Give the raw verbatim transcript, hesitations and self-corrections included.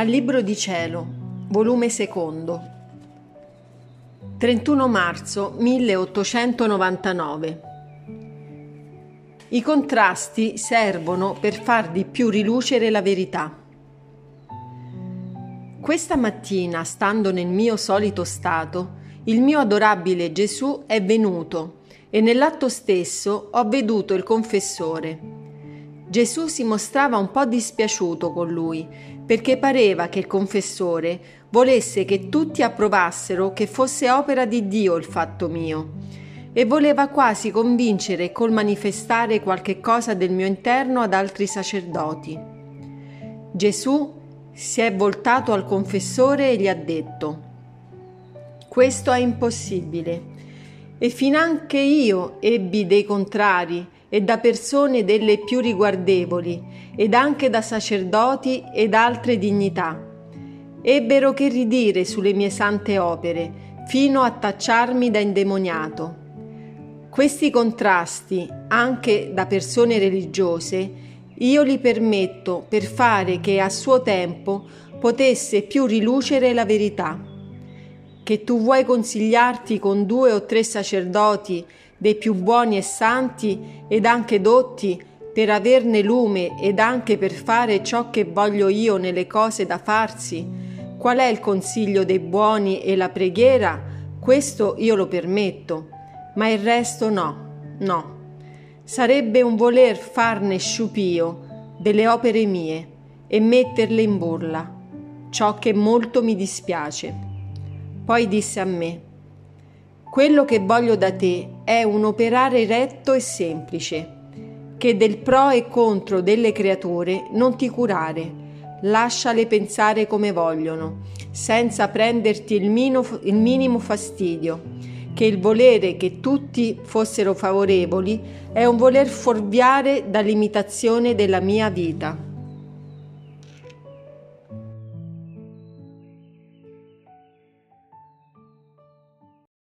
Al Libro di Cielo, volume secondo, trentuno marzo milleottocentonovantanove. I contrasti servono per far di più rilucere la verità. Questa mattina, stando nel mio solito stato, il mio adorabile Gesù è venuto e nell'atto stesso ho veduto il confessore. Gesù si mostrava un po' dispiaciuto con lui, perché pareva che il confessore volesse che tutti approvassero che fosse opera di Dio il fatto mio, e voleva quasi convincere col manifestare qualche cosa del mio interno ad altri sacerdoti. Gesù si è voltato al confessore e gli ha detto: «Questo è impossibile, e finanche io ebbi dei contrari e da persone delle più riguardevoli, ed anche da sacerdoti ed altre dignità. Ebbero che ridire sulle mie sante opere, fino a tacciarmi da indemoniato. Questi contrasti, anche da persone religiose, io li permetto per fare che a suo tempo potesse più rilucere la verità. Che tu vuoi consigliarti con due o tre sacerdoti dei più buoni e santi ed anche dotti per averne lume ed anche per fare ciò che voglio io nelle cose da farsi, qual è il consiglio dei buoni e la preghiera? Questo io lo permetto, ma il resto no, no. Sarebbe un voler farne sciupio delle opere mie e metterle in burla, ciò che molto mi dispiace». Poi disse a me: «Quello che voglio da te è un operare retto e semplice, che del pro e contro delle creature non ti curare, lasciale pensare come vogliono, senza prenderti il, mino, il minimo fastidio, che il volere che tutti fossero favorevoli è un voler fuorviare dall'imitazione della mia vita».